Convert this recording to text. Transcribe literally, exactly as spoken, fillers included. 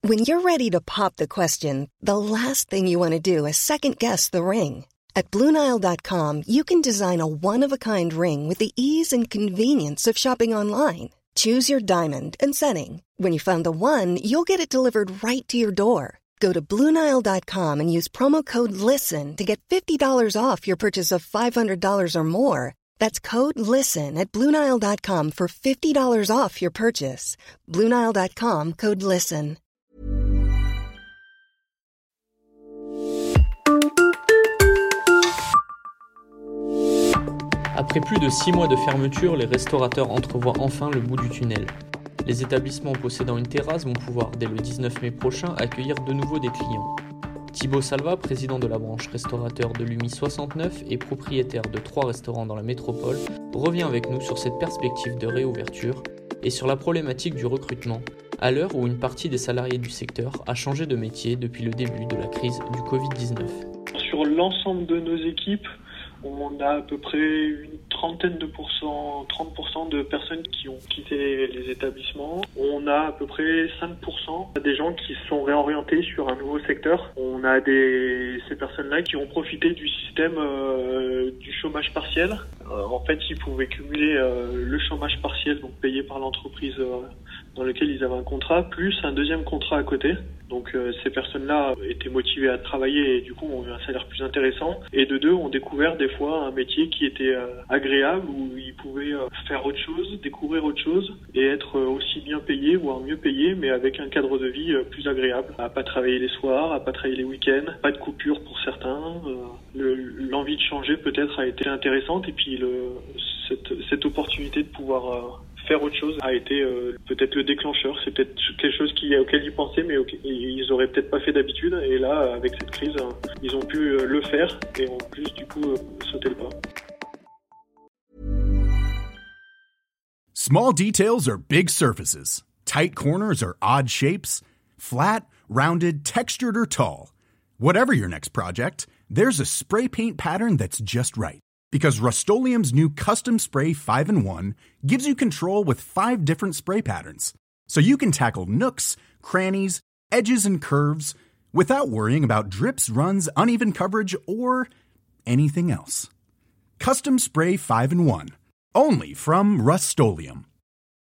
When you're ready to pop the question, the last thing you want to do is second-guess the ring. At Blue Nile dot com, you can design a one-of-a-kind ring with the ease and convenience of shopping online. Choose your diamond and setting. When you find the one, you'll get it delivered right to your door. Go to Blue Nile dot com and use promo code LISTEN to get fifty dollars off your purchase of five hundred dollars or more. That's code LISTEN at Blue Nile dot com for fifty dollars off your purchase. Blue Nile dot com, code LISTEN. Après plus de six mois de fermeture, les restaurateurs entrevoient enfin le bout du tunnel. Les établissements possédant une terrasse vont pouvoir, dès le dix-neuf mai prochain, accueillir de nouveau des clients. Thibaut Salva, président de la branche restaurateur de l'U M I soixante-neuf et propriétaire de trois restaurants dans la métropole, revient avec nous sur cette perspective de réouverture et sur la problématique du recrutement, à l'heure où une partie des salariés du secteur a changé de métier depuis le début de la crise du covid dix-neuf. Sur l'ensemble de nos équipes, on a à peu près une trentaine de pourcents, trente pour cent de personnes qui ont quitté les établissements. On a à peu près cinq pour cent des gens qui se sont réorientés sur un nouveau secteur. On a des, ces personnes-là qui ont profité du système euh, du chômage partiel. Euh, en fait, ils pouvaient cumuler euh, le chômage partiel, donc payé par l'entreprise euh, dans lequel ils avaient un contrat, plus un deuxième contrat à côté. Donc euh, ces personnes-là étaient motivées à travailler et du coup ont eu un salaire plus intéressant. Et de deux, ont découvert des fois un métier qui était euh, agréable, où ils pouvaient euh, faire autre chose, découvrir autre chose et être euh, aussi bien payés, voire mieux payés, mais avec un cadre de vie euh, plus agréable. À pas travailler les soirs, à pas travailler les week-ends, pas de coupure pour certains. Euh, le, l'envie de changer peut-être a été intéressante et puis le, cette, cette opportunité de pouvoir... Euh, faire autre chose a été euh, peut-être le déclencheur. C'est peut-être quelque chose qui, auquel ils pensaient, mais auquel, ils auraient peut-être pas fait d'habitude. Et là, avec cette crise, euh, ils ont pu euh, le faire et en plus, du coup, euh, sauter le pas. Small details are big surfaces. Tight corners are odd shapes. Flat, rounded, textured, or tall. Whatever your next project, there's a spray paint pattern that's just right. Because Rust-Oleum's new Custom Spray five in one gives you control with five different spray patterns. So you can tackle nooks, crannies, edges, and curves without worrying about drips, runs, uneven coverage, or anything else. Custom Spray five in one. Only from Rust-Oleum.